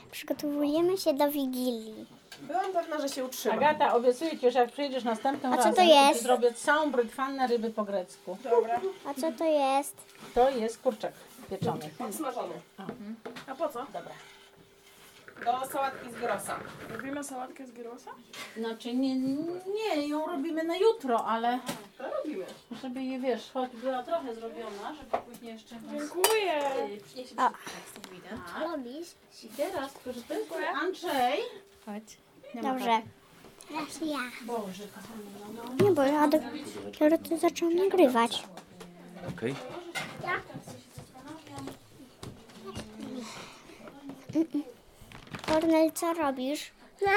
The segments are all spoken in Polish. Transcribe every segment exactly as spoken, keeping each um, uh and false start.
Przygotowujemy się do Wigilii. Byłam pewna, że się utrzyma. Agata, obiecuję Ci, że jak przyjedziesz następnym A co razem, to jest? ci zrobię całą brytwannę ryby po grecku. Dobra. A co to jest? To jest kurczak pieczony. Smażony. A po co? Dobra. Do sałatki z gyrosa. Robimy sałatkę z gyrosa? Znaczy nie, nie, ją robimy na jutro, ale To robimy. żeby je, wiesz, choć była trochę zrobiona, żeby później jeszcze... Dziękuję. O. Tak. Robisz? I teraz, proszę Państwa, Andrzej. Chodź. Dobrze. Teraz ja. Boże, kochani, no. Nie, bo ja dopiero to zaczęłam nagrywać. Okej. Kornel, co robisz?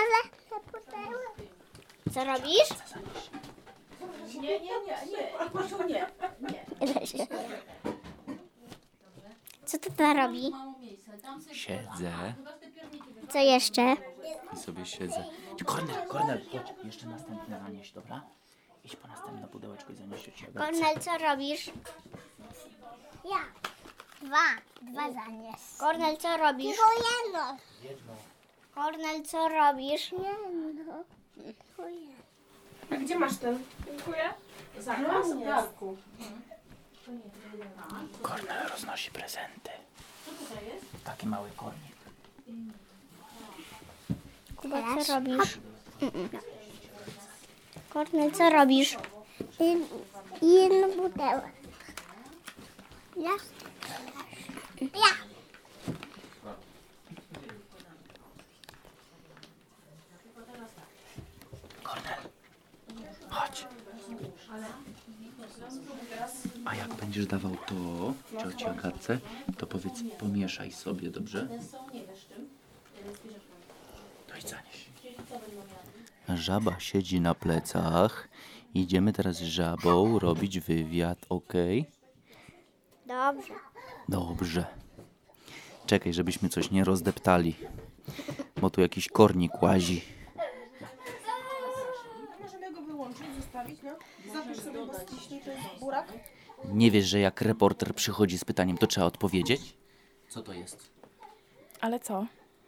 Co robisz? Nie, nie, nie, nie, proszę nie, nie. Co to ta robi? Siedzę Co jeszcze? i sobie siedzę. Ty, Kornel, Kornel, chodź, jeszcze następne zanieś, dobra? Idź po następne pudełeczko i zanieś do ciebie. Kornel, co robisz? Ja. Dwa. Dwa zanieść. Kornel, co robisz? Tylko jedno. Kornel, co robisz? Jedno. A gdzie masz ten? Dziękuję. Zaraz w garku. Kornel roznosi prezenty. Taki mały kornik. Kuba, co robisz? Kornel, co robisz? Jedno pudełko. Ja. Ja. Kornel, chodź. A jak będziesz dawał to cioci Agatce, to powiedz, pomieszaj sobie, dobrze? To idź zanieś. Żaba siedzi na plecach. Idziemy teraz z żabą robić wywiad, okej? Dobrze. Dobrze. Czekaj, żebyśmy coś nie rozdeptali. Bo tu jakiś kornik łazi. Możemy go wyłączyć, zostawić, no. Zapisz sobie, bo ściśnij ten burak. Nie wiesz, że jak reporter przychodzi z pytaniem, to trzeba odpowiedzieć? Co to jest? Ale co?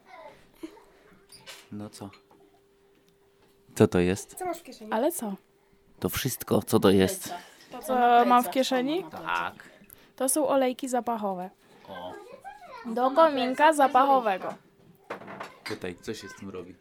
No co? Co to jest? Co masz w kieszeni? Ale co? To wszystko, co to jest? To co mam w kieszeni? Tak. To są olejki zapachowe. O. Do kominka zapachowego. Pytaj, co się z tym robi?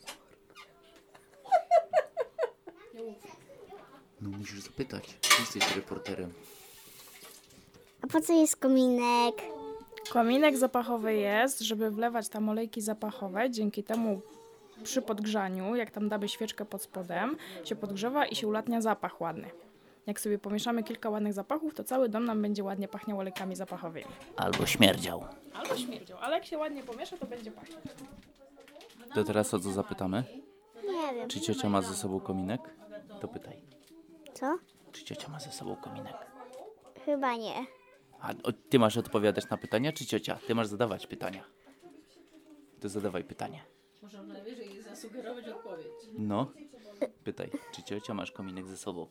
No musisz zapytać. Jesteś reporterem. A po co jest kominek? Kominek zapachowy jest, żeby wlewać tam olejki zapachowe. Dzięki temu przy podgrzaniu, jak tam damy świeczkę pod spodem, się podgrzewa i się ulatnia zapach ładny. Jak sobie pomieszamy kilka ładnych zapachów, to cały dom nam będzie ładnie pachniał olejkami zapachowymi. Albo śmierdział. Albo śmierdział, ale jak się ładnie pomiesza, to będzie pachnieć. To teraz o co zapytamy? Nie wiem. Czy ciocia ma ze sobą kominek? To pytaj. Co? Czy ciocia ma ze sobą kominek? Chyba nie. A o, ty masz odpowiadać na pytania, czy ciocia? Ty masz zadawać pytania. To zadawaj pytanie. Można najwyżej zasugerować odpowiedź. No. Pytaj, czy ciocia masz kominek ze sobą?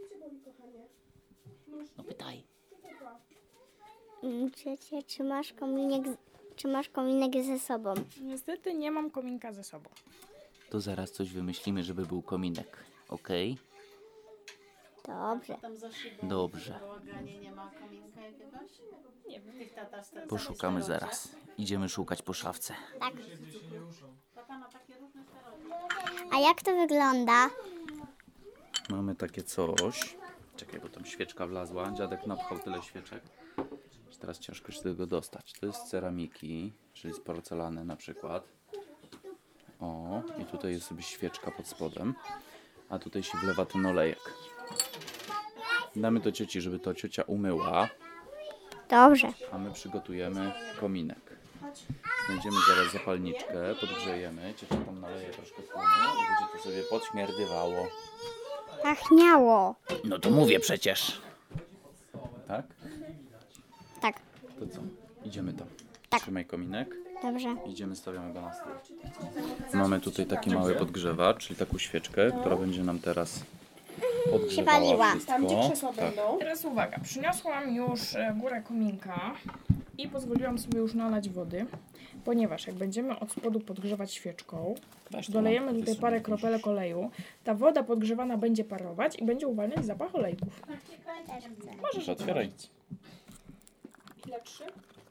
No pytaj. Mm, Ciocia, czy masz kominek, czy masz kominek ze sobą? Niestety nie mam kominka ze sobą. To zaraz coś wymyślimy, żeby był kominek. Okej? Dobrze. Tam za szybą Dobrze. w bałaganie nie ma kominka jakiegoś? Nie wiem, tych tata sta- Poszukamy starocie. zaraz. Idziemy szukać po szafce. Tak. Tata ma takie różne starocie. A jak to wygląda? Mamy takie coś. Czekaj, bo tam świeczka wlazła. Dziadek napchał tyle świeczek, że teraz ciężko się do tego dostać. To jest z ceramiki, czyli z porcelany na przykład. O, i tutaj jest sobie świeczka pod spodem. A tutaj się wlewa ten olejek. Damy to cioci, żeby to ciocia umyła, Dobrze. a my przygotujemy kominek. Znajdziemy zaraz zapalniczkę, podgrzejemy. Ciocia tam naleje troszkę płynu i będzie to sobie podśmierdywało. Pachniało. No to mówię przecież. Tak? Tak. To co? Idziemy tam. Tak. Trzymaj kominek. Dobrze. Idziemy, stawiamy go na stół. Mamy tutaj taki mały podgrzewacz, czyli taką świeczkę, która będzie nam teraz podgrzewała paliła. wszystko. Tam, gdzie krzesła Tak. będą. Teraz uwaga, przyniosłam już e, górę kominka i pozwoliłam sobie już nalać wody. ponieważ jak będziemy od spodu podgrzewać świeczką, Weź tu dolejemy lampkę, tutaj wysuń, parę jak kropelek możesz. oleju, ta woda podgrzewana będzie parować i będzie uwalniać zapach olejków. Możesz Otwieraj. Ile trzy?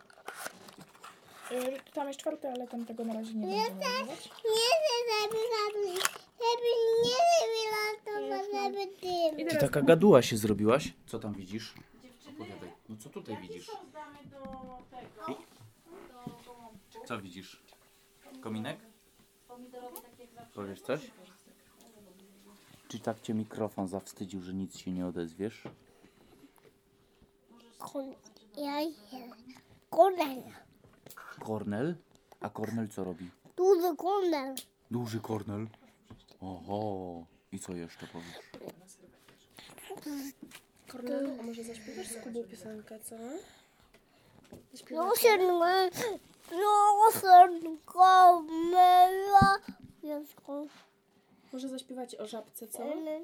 Yy, tam jest czwarty, ale tam tego na razie nie będziemy używać. Nie chcę, żeby żeby, żeby nie wylatować, żeby tym. I Ty teraz taka gaduła się zrobiłaś? Co tam widzisz? Opowiadaj. No co tutaj widzisz? Co widzisz? Kominek? Powiesz coś? Czy tak cię mikrofon zawstydził, że nic się nie odezwiesz? Kon- Ja jestem. Kornel. Kornel? A Kornel co robi? Duży kornel. Duży Kornel. Oho. I co jeszcze powiesz? Kornelu, a może zaśpiewasz z Kubą piosenkę, co? Proszę mnie, proszę komela. Dziecko. Może zaśpiewać o żabce, co? Mm,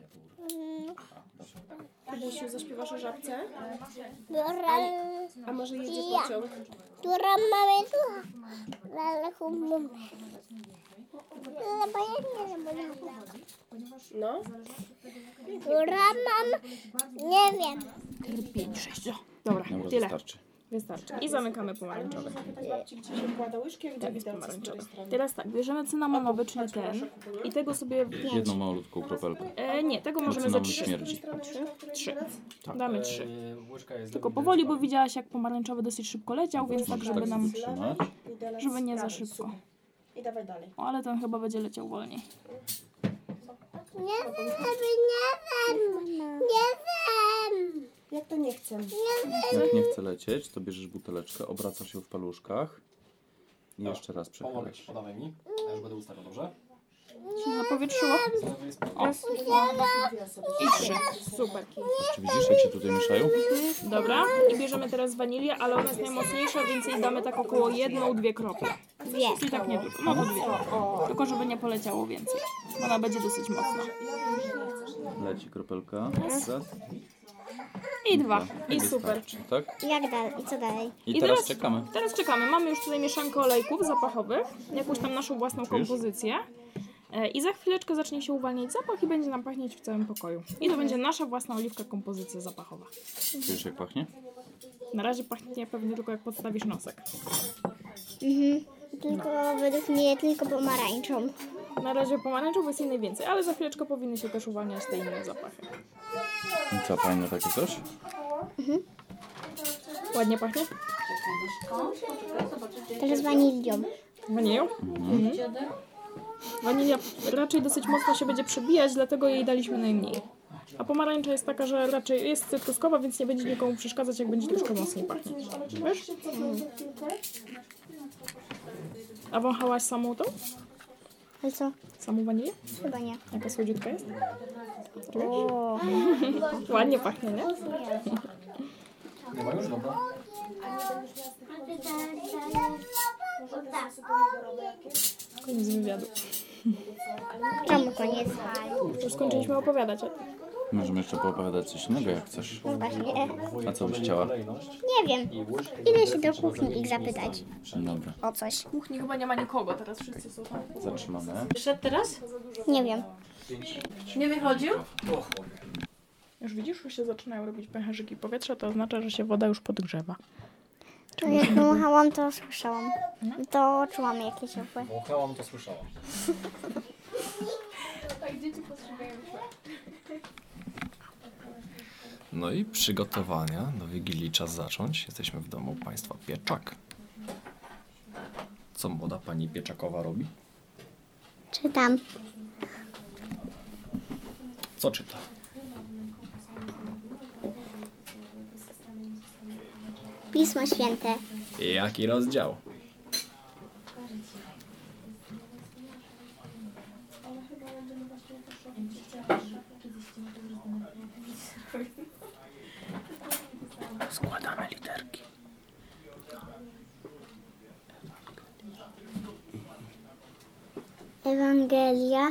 Kubasiu, zaśpiewasz o żabce? Która, A może jedzie Ja. pociąg? która mamy tu? Lalechu mum. Ale bo ja nie wiem, bo ja No? Która mam, nie wiem. pięć, sześć. Dobra, Dobra, tyle. wystarczy. Wystarczy. I zamykamy pomarańczowe. Zapytać babci, gdzie się kłada łyżki, a gdzie Tak, jest widelce z pomarańczowe. której strony. Teraz tak, bierzemy cynamonowy, czyli ten. I tego sobie pięć. Jedną malutką kropelkę. E, nie, tego możemy ze cynamon trzy. śmierdzi. Trzy. Damy trzy. Łyżka jest Tylko do powoli, bo widelca. widziałaś jak pomarańczowy dosyć szybko leciał, więc tak, Możesz żeby tak nam... wytrzymać. Widelec Żeby nie za prawy, szybko. super. I dawaj dalej. O, ale ten chyba będzie leciał wolniej. Nie wiem, nie wiem, nie wiem. Jak to nie chcę? Jak nie chce lecieć, to bierzesz buteleczkę, obracasz ją w paluszkach i jeszcze raz Pomogę ci, przechylasz. podawaj mi. Ja już będę ustawiał, dobrze? Się zapowietrzyło? Z lewej jest I trzy. Super. Czy widzisz, jak się tutaj mieszają? Dobra. I bierzemy teraz wanilię, ale ona jest najmocniejsza, więc jej damy tak około jedną, dwie krople. Dwie. Czyli tak nie dużo. No to dwie. Tylko żeby nie poleciało więcej. Bo ona będzie dosyć mocna. Leci kropelka. Raz. I dwa. I Wystarczy, super. Tak? Jak dalej? I co dalej? I, I teraz teraz- czekamy. Teraz czekamy. Mamy już tutaj mieszankę olejków zapachowych, jakąś tam naszą własną Czujesz? kompozycję. E, I za chwileczkę zacznie się uwalniać zapach i będzie nam pachnieć w całym pokoju. I to będzie nasza własna oliwka kompozycja zapachowa. Czujesz, jak pachnie? Na razie pachnie pewnie tylko jak podstawisz nosek. Mhm. Tylko według mnie tylko pomarańczą. Na razie pomarańczowy jest jej najwięcej, ale za chwileczkę powinny się też uwalniać te inne zapachy. I co, fajne takie coś? Ładnie pachnie? Też z wanilią. Wanilią? Mhm. Wanilia raczej dosyć mocno się będzie przebijać, dlatego jej daliśmy najmniej. A pomarańcza jest taka, że raczej jest cytruskowa, więc nie będzie nikomu przeszkadzać, jak będzie troszkę mocniej pachnieć. Wiesz? A wąchałaś samą tą? Ale co? Samą wanilię? Chyba nie. Jaka słodziutka jest? O, Ładnie pachnie, nie? Nie ma już, dobra? Koniec wywiadu. czemu koniec? Już skończyliśmy opowiadać. Możemy jeszcze poopowiadać coś innego, jak chcesz. Właśnie, A co byś chciała? nie wiem. Idę się do kuchni ich zapytać Dobra, o coś. W kuchni chyba nie ma nikogo, teraz wszyscy są tam. zatrzymamy. Wyszedł teraz? Nie wiem. Nie wychodził? Już widzisz, już się zaczynają robić pęcherzyki powietrza, to oznacza, że się woda już podgrzewa. To jak dmuchałam, to słyszałam. To czułam jakieś ciepłe. Wąchałam, to słyszałam. No i przygotowania do Wigilii czas zacząć. Jesteśmy w domu państwa Pieczak. Co młoda pani Pieczakowa robi? Czytam. Co czyta? Pismo Święte. Jaki rozdział? Składamy literki. Ewangelia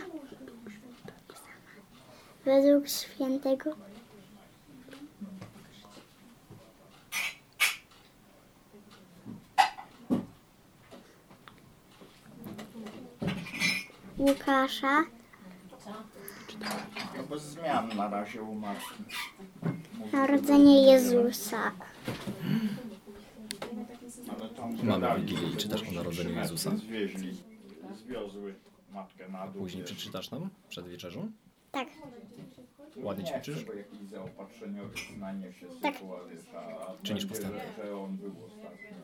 według świętego Łukasza. No bez zmian na razie u matki. Narodzenie Jezusa. Ale tam Mamy zgadali, Wigilię i że czytasz o było narodzeniu trzy metry Jezusa? Zwieźli, zwiozły matkę na dół. Później wiesz. przeczytasz nam przed wieczerzą? Tak. Ładnie Nie ćwiczysz? chcę, bo jakiś zaopatrzeniowy znanie się Tak. sytuacji, a Czynisz będzie, postępy. że- że on był ostatnio.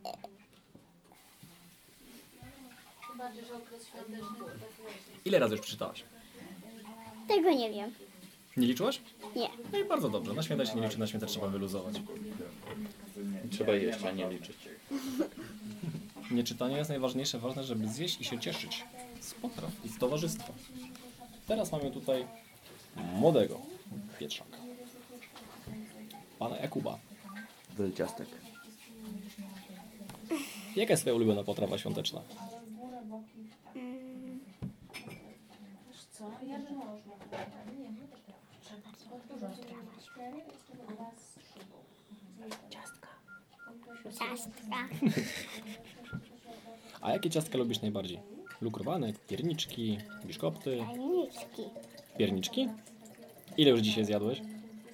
Ile razy już przeczytałaś? Tego nie wiem. Nie liczyłaś? Nie. No i bardzo dobrze. Na święta się nie liczy, na święta trzeba wyluzować. Trzeba jeść, a nie liczyć. Nie czytanie jest najważniejsze, ważne, żeby zjeść i się cieszyć z potraw i z towarzystwa. Teraz mamy tutaj młodego Pietrzaka. Pana Jakuba. Był ciastek. Jaka jest twoja ulubiona potrawa świąteczna? Ciastka. A jakie ciastka lubisz najbardziej? Lukrowane, pierniczki, biszkopty, Tajniczki. pierniczki? Ile już dzisiaj zjadłeś?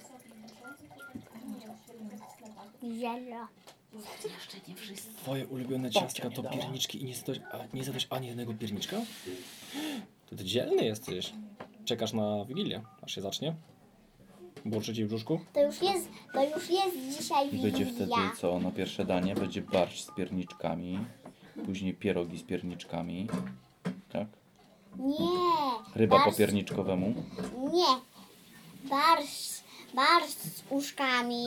Zero. Twoje ulubione ciastka to pierniczki i nie zjadłeś, a, nie zjadłeś ani jednego pierniczka? To ty dzielny jesteś. Czekasz na Wigilię, aż się zacznie? Burczy ci w brzuszku? To już jest, to już jest dzisiaj I będzie wtedy Wigilia. co? No pierwsze danie będzie barszcz z pierniczkami, później pierogi z pierniczkami, tak? Nie. Ryba po barszcz- pierniczkowemu. Nie. Barszcz, barszcz z uszkami.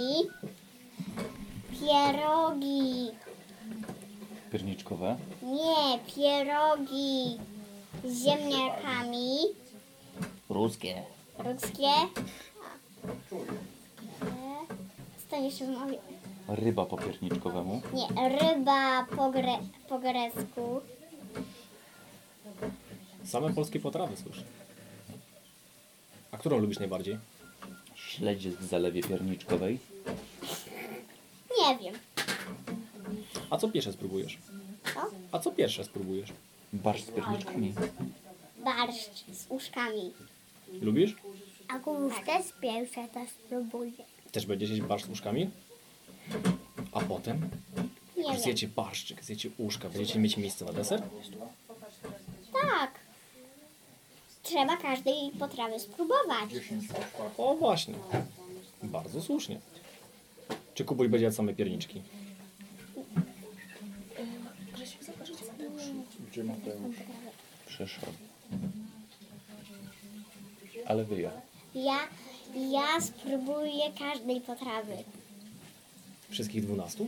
Pierogi. Pierniczkowe. Nie, pierogi z ziemniakami. Ruskie. Ludzkie. Co to jeszcze mówię? Ryba po pierniczkowemu. Nie, ryba po, gre, po grecku. Same polskie potrawy, słyszę. A którą lubisz najbardziej? Śledź w zalewie pierniczkowej. Nie wiem. A co pierwsze spróbujesz? Co? A co pierwsze spróbujesz? Barszcz z pierniczkami. Barszcz z uszkami. Lubisz? A kubuś też pierwsze to spróbuję. Też będziecie jeść barszcz z uszkami? A potem? Nie Jak wiem. zjecie barszczyk, zjecie uszka, będziecie mieć miejsce na deser? Tak. Trzeba każdej potrawy spróbować. O właśnie. Bardzo słusznie. Czy Kubuś będzie jadł same pierniczki? Gdzie Mateusz? Przyszedł. Ale wyja. Ja, ja spróbuję każdej potrawy. Wszystkich dwunastu?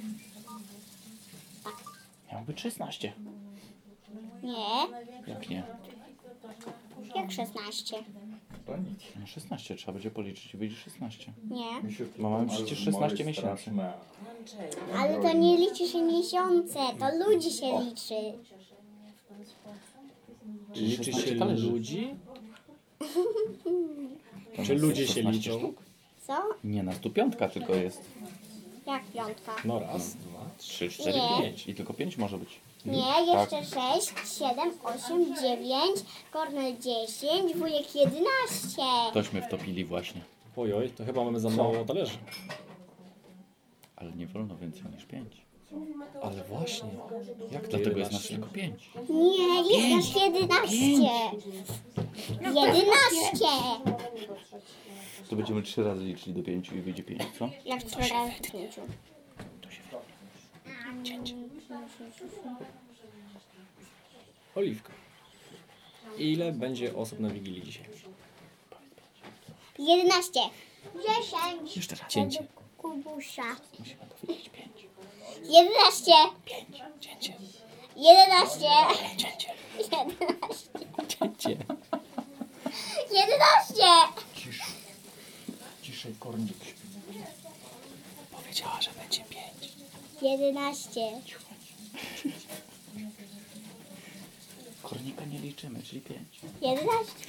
Miał być szesnaście. Nie, Jak nie? jak szesnaście. To nic. No szesnaście. Trzeba będzie policzyć i wyjdzie szesnaście. Nie. Mi się No mamy to przecież z szesnaście moje miesięcy. straszne. Ale to nie liczy się miesiące, to ludzi się liczy. Liczy się szesnaście talerzy. ludzi? To Czy nas ludzie jest się szesnaście liczą? sztuk? Co? Nie, nas tu piątka tylko jest. Jak piątka? No raz, dwa, Trzy, cztery, Nie. pięć. I tylko pięć może być. Nie, jeszcze sześć, siedem, osiem, dziewięć, Kornel dziesięć, wujek jedenaście. Tośmy wtopili właśnie. Ojoj, to chyba mamy za mało talerzy. Ale nie wolno więcej niż pięć. Ale właśnie. Jak to Dlatego jest nas jedenaście? tylko pięć. Nie, jest nas jedenaście. Jedenaście. To będziemy trzy razy liczyli do pięciu i wyjdzie pięć, co? Jak trzy razy pięciu. Oliwka. Ile będzie osób na Wigilii dzisiaj? Jedenaście. Dziesięć. Jeszcze raz. Cięcie. Kubusia. Musimy powiedzieć pięć. Jedenaście. Pięć. Cięcie. Jedenaście. Cięcie. Jedenaście. Cięcie. Jedenaście. Ciszej. Ciszej, kornik. Powiedziała, że będzie pięć. Jedenaście. Kornika nie liczymy, czyli pięć. Jedenaście.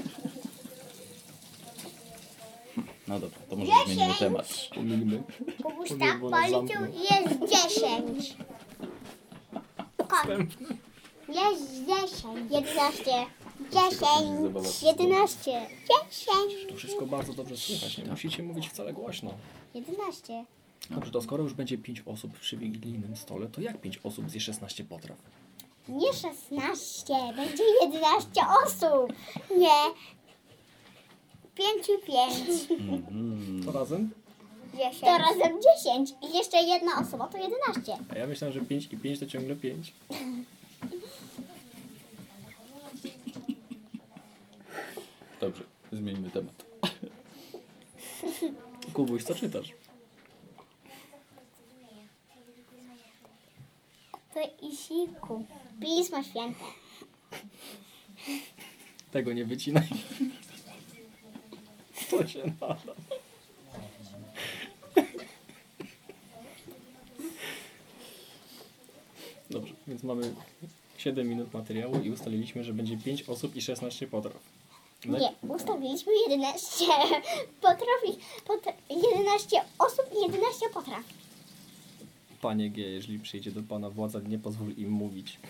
No dobra, to może zmienimy temat. Pomylimy. Kubuś Powiem, tak bo nas policzył zamknął. i jest dziesięć. Jest dziesięć. Jedenaście. dziesięć, jedenaście, dziesięć, To wszystko bardzo dobrze słychać, nie musicie mówić wcale głośno. jedenaście. Dobrze, to skoro już będzie pięć osób przy wigilijnym stole, to jak pięć osób zje szesnaście potraw? Nie szesnaście, będzie jedenaście osób. Nie. Pięciu pięć. To razem? To razem dziesięć. I jeszcze jedna osoba to jedenaście. A ja myślałem, że pięć i pięć to ciągle pięć. Dobrze, zmieńmy temat. Kubuś, co czytasz? To Isiku. Pismo Święte. Tego nie wycinaj. To się nada. Dobrze, więc mamy siedem minut materiału i ustaliliśmy, że będzie pięć osób i szesnaście potraw. Le- Nie, ustawiliśmy jedenaście potraw i potra- jedenaście osób i jedenaście potraw. Panie G, jeżeli przyjdzie do pana władza, nie pozwól im mówić.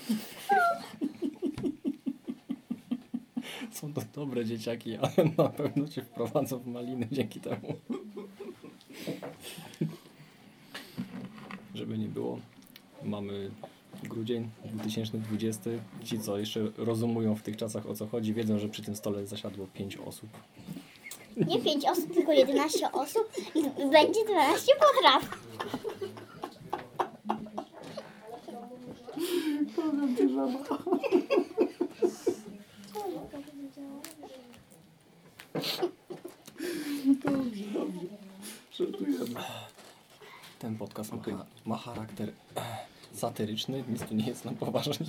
Są to dobre dzieciaki, ale na pewno cię wprowadzą w maliny dzięki temu. Żeby nie było, mamy grudzień dwa tysiące dwudziesty. Ci, co jeszcze rozumują w tych czasach, o co chodzi, wiedzą, że przy tym stole zasiadło pięć osób. Nie pięć osób, tylko jedenaście osób i będzie dwanaście potraw. Ten podcast ma, ma charakter satyryczny, nic tu nie jest na poważnie.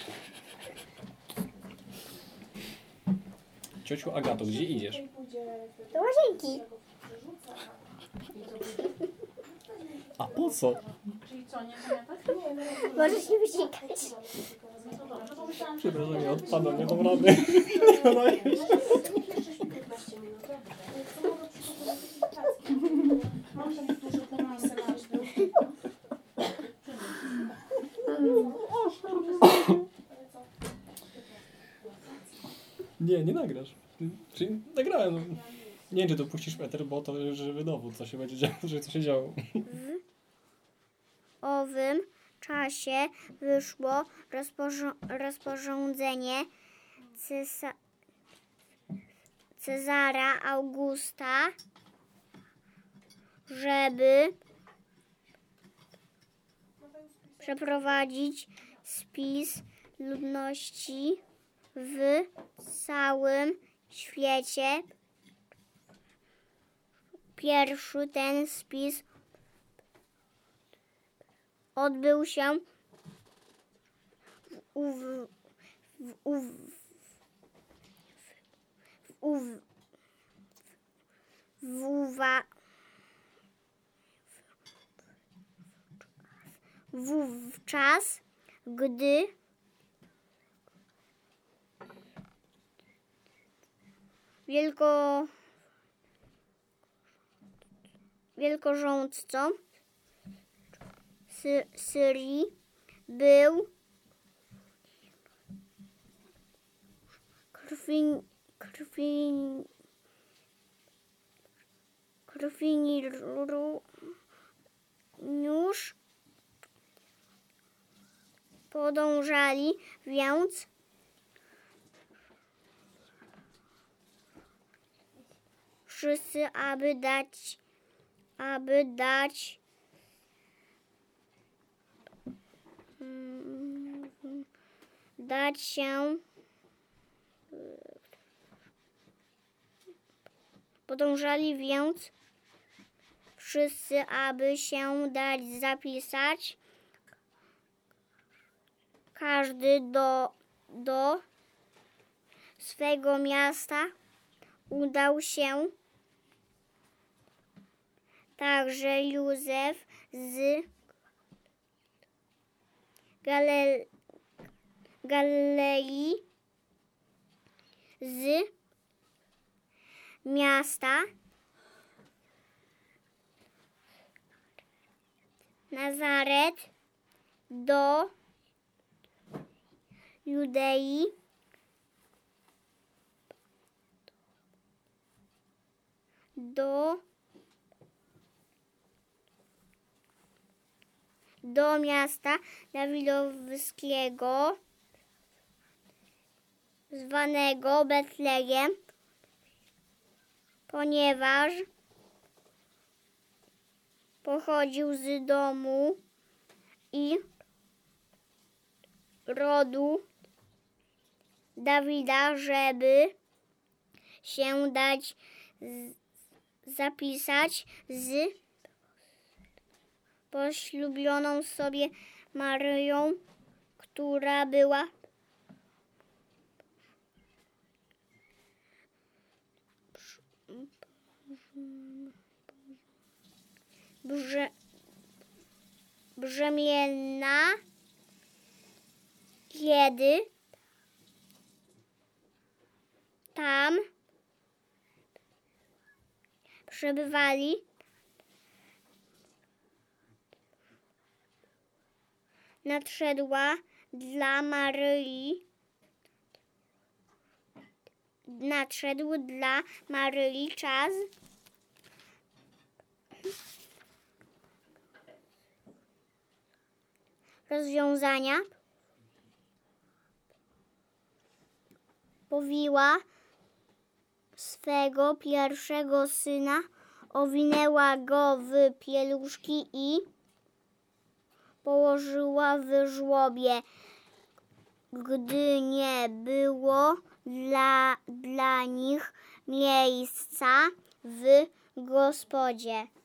Ciociu Agato, gdzie idziesz? Do łazienki. A po co? Możesz się wysikać. Przepraszam, ja odpadam, nie dam rady. Nie daję się. Mam tam dużo temasy na Nie, nie nagrasz. Czyli nagrałem. no. Nie wiem, czy to puścisz w eter, bo to jest żywy dowód, co się będzie działo, że co się działo. W owym czasie wyszło rozporządzenie rozporządzenie Cesa Cezara Augusta, żeby przeprowadzić spis ludności w całym świecie. Pierwszy ten spis odbył się w, w, w, w, w, w, wówczas, gdy wielko, wielkorządcą Sy Syrii był Krwin, krwin, krwiniusz. Podążali więc wszyscy, aby dać, aby dać mm, dać się podążali więc wszyscy, aby się dać zapisać. Każdy do, do swego miasta udał się. Także Józef z Gale, Galilei, z miasta Nazaret do Judei, do do miasta Dawidowskiego zwanego Betlejem, ponieważ pochodził z domu i rodu Dawida, żeby się dać z, zapisać z poślubioną sobie Maryją, która była brze, brzemienna, kiedy tam przebywali nadszedła dla Maryi nadszedł dla Maryi czas rozwiązania. Powiła swego pierwszego syna, owinęła go w pieluszki i położyła w żłobie, gdy nie było dla, dla nich miejsca w gospodzie.